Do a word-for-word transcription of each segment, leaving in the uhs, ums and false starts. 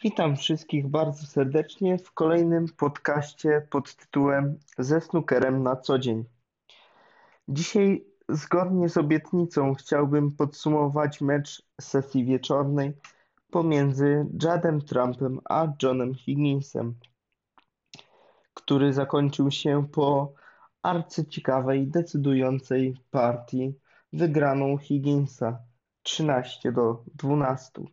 Witam wszystkich bardzo serdecznie w kolejnym podcaście pod tytułem Ze snookerem na co dzień. Dzisiaj, zgodnie z obietnicą, chciałbym podsumować mecz sesji wieczornej pomiędzy Jadem Trumpem a Johnem Higginsem, który zakończył się po arcyciekawej, decydującej partii wygraną Higginsa trzynaście do dwunastu.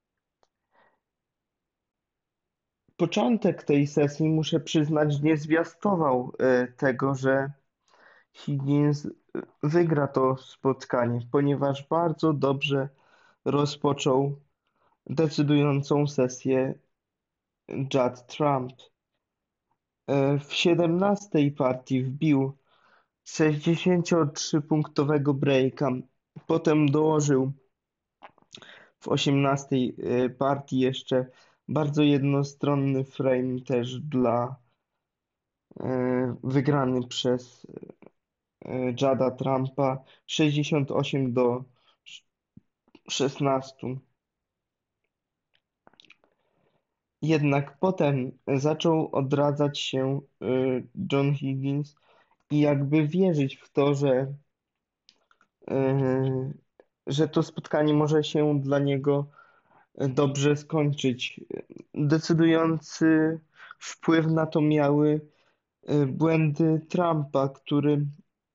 Początek tej sesji, muszę przyznać, nie zwiastował e, tego, że Higgins e, wygra to spotkanie, ponieważ bardzo dobrze rozpoczął decydującą sesję Judd Trump. E, W siedemnastej partii wbił sześćdziesięciotrzypunktowego breaka, potem dołożył w osiemnastej e, partii jeszcze bardzo jednostronny frame też dla e, wygrany przez e, Jada Trumpa sześćdziesiąt osiem do szesnastu. Jednak potem zaczął odradzać się e, John Higgins i jakby wierzyć w to, że, e, że to spotkanie może się dla niego dobrze skończyć. Decydujący wpływ na to miały e, błędy Trumpa, który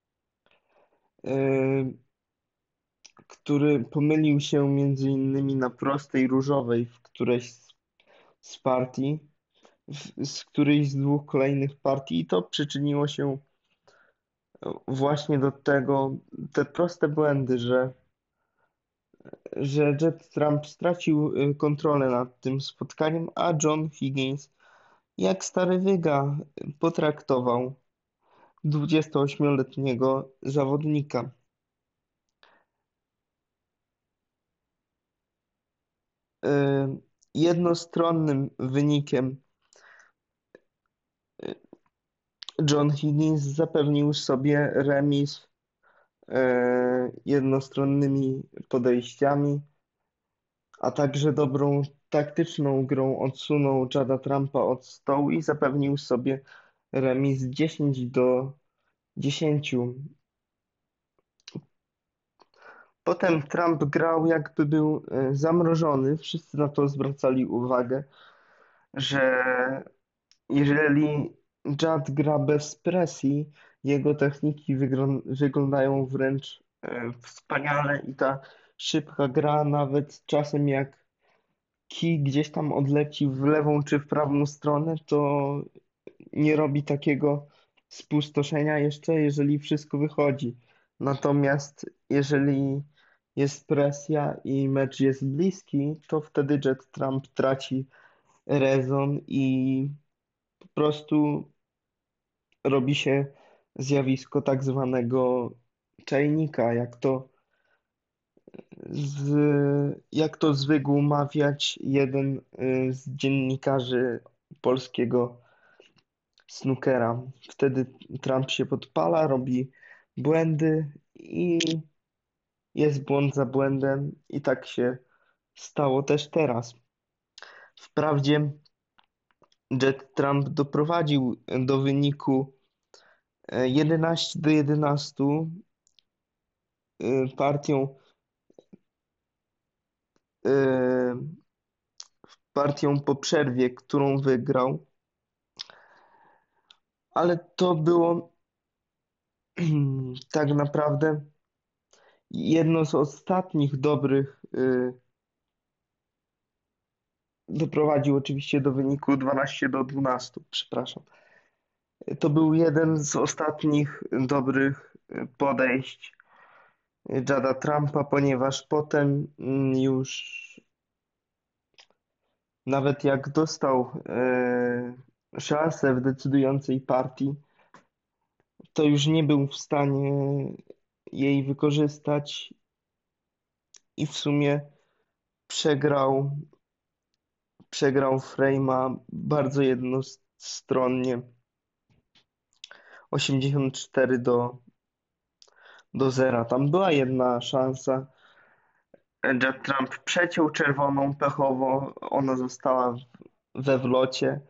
e, który pomylił się między innymi na prostej różowej w którejś z, z partii, w, z którejś z dwóch kolejnych partii i to przyczyniło się właśnie do tego, te proste błędy, że, że Jet Trump stracił y, kontrolę nad tym spotkaniem, a John Higgins jak stary wyga potraktował dwudziestoośmioletniego zawodnika. Y, Jednostronnym wynikiem John Higgins zapewnił sobie remis e, jednostronnymi podejściami, a także dobrą taktyczną grą odsunął Jada Trumpa od stołu i zapewnił sobie remis dziesięć do dziesięciu. Potem Trump grał jakby był e, zamrożony. Wszyscy na to zwracali uwagę, że jeżeli Judd gra bez presji, jego techniki wyglą- wyglądają wręcz e, wspaniale i ta szybka gra, nawet czasem jak kij gdzieś tam odleci w lewą czy w prawą stronę, to nie robi takiego spustoszenia jeszcze, jeżeli wszystko wychodzi. Natomiast jeżeli jest presja i mecz jest bliski, to wtedy Jet Trump traci rezon i po prostu robi się zjawisko tak zwanego czajnika, jak to, z, jak to zwykł mawiać jeden y, z dziennikarzy polskiego snookera. Wtedy Trump się podpala, robi błędy i jest błąd za błędem i tak się stało też teraz. Wprawdzie Jet Trump doprowadził do wyniku e, jedenaście do jedenastu y, partią y, partią po przerwie, którą wygrał, ale to było tak naprawdę jedno z ostatnich dobrych. y, Doprowadził oczywiście do wyniku dwanaście do dwunastu, przepraszam. To był jeden z ostatnich dobrych y, podejść Jada Trumpa, ponieważ potem mm, już nawet jak dostał y, szansę w decydującej partii, to już nie był w stanie jej wykorzystać i w sumie przegrał, przegrał Frame'a bardzo jednostronnie osiemdziesiąt cztery do, do zera. Tam była jedna szansa, Judd Trump przeciął czerwoną pechowo, ona została w- we wlocie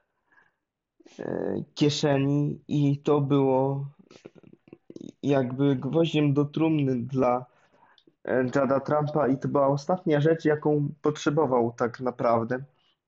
e, kieszeni i to było jakby gwoździem do trumny dla e, Judda Trumpa i to była ostatnia rzecz, jaką potrzebował tak naprawdę.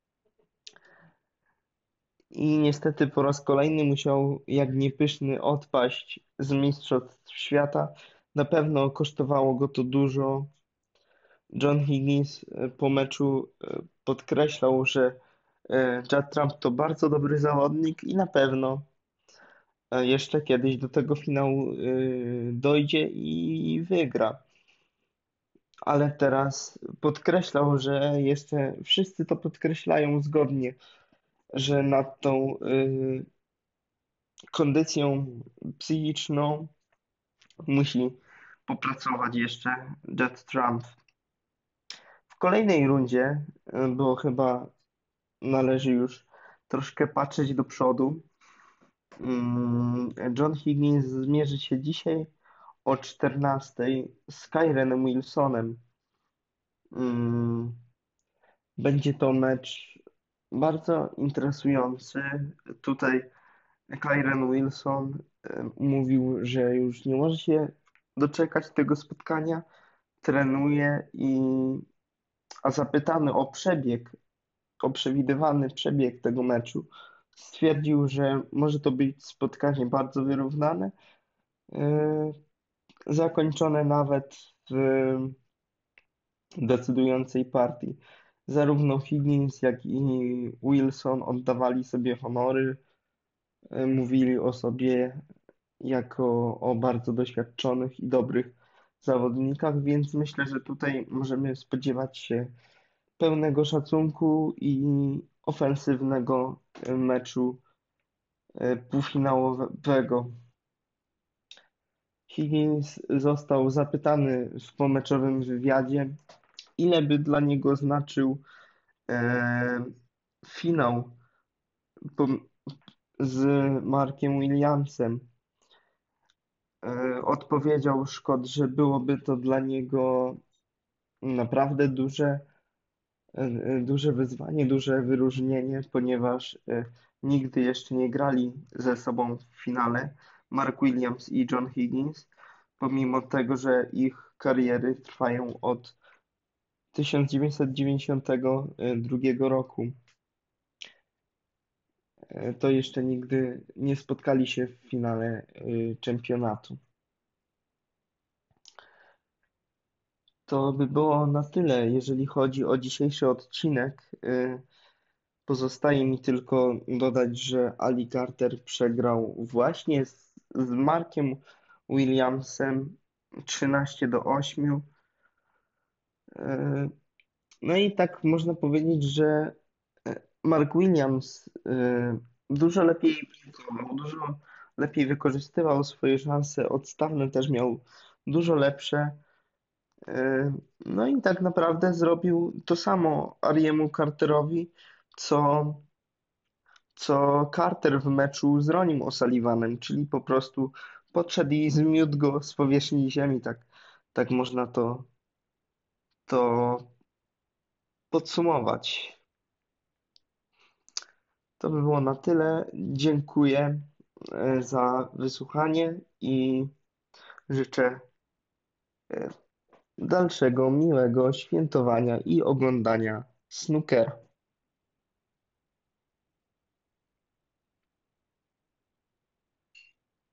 I niestety po raz kolejny musiał, jak niepyszny, odpaść z Mistrzostw Świata. Na pewno kosztowało go to dużo. John Higgins e, po meczu e, podkreślał, że e, Judd Trump to bardzo dobry zawodnik i na pewno e, jeszcze kiedyś do tego finału e, dojdzie i wygra. Ale teraz podkreślał, że jeszcze wszyscy to podkreślają zgodnie, że nad tą y, kondycją psychiczną musi popracować jeszcze Judd Trump. W kolejnej rundzie, y, bo chyba należy już troszkę patrzeć do przodu, mm, John Higgins zmierzy się dzisiaj o czternastej z Kyrenem Wilsonem. Mm, Będzie to mecz bardzo interesujący. Tutaj Kyren Wilson e, mówił, że już nie może się doczekać tego spotkania. Trenuje i a zapytany o przebieg, o przewidywany przebieg tego meczu, stwierdził, że może to być spotkanie bardzo wyrównane, e, zakończone nawet w decydującej partii. Zarówno Higgins, jak i Wilson oddawali sobie honory, e, mówili o sobie jako o bardzo doświadczonych i dobrych zawodnikach, więc myślę, że tutaj możemy spodziewać się pełnego szacunku i ofensywnego e, meczu e, półfinałowego. Higgins został zapytany w pomeczowym wywiadzie, ile by dla niego znaczył e, finał pom- z Markiem Williamsem. E, odpowiedział Szkot, że byłoby to dla niego naprawdę duże, e, e, duże wyzwanie, duże wyróżnienie, ponieważ e, nigdy jeszcze nie grali ze sobą w finale Mark Williams i John Higgins, pomimo tego, że ich kariery trwają od tysiąc dziewięćset dziewięćdziesiątego drugiego roku. E, To jeszcze nigdy nie spotkali się w finale e, czempionatu. To by było na tyle, jeżeli chodzi o dzisiejszy odcinek. E, Pozostaje mi tylko dodać, że Ali Carter przegrał właśnie z, z Markiem Williamsem trzynaście do ośmiu. E, No i tak można powiedzieć, że e, Mark Williams e, dużo lepiej piłkował, dużo lepiej wykorzystywał swoje szanse odstawne, też miał dużo lepsze. E, No i tak naprawdę zrobił to samo Ariemu Carterowi, co co Carter w meczu z Ronim O'Sullivanem, czyli po prostu podszedł i zmiótł go z powierzchni ziemi, tak, tak można to, to podsumować. To by było na tyle. Dziękuję e, za wysłuchanie i życzę e, dalszego miłego świętowania i oglądania snookera.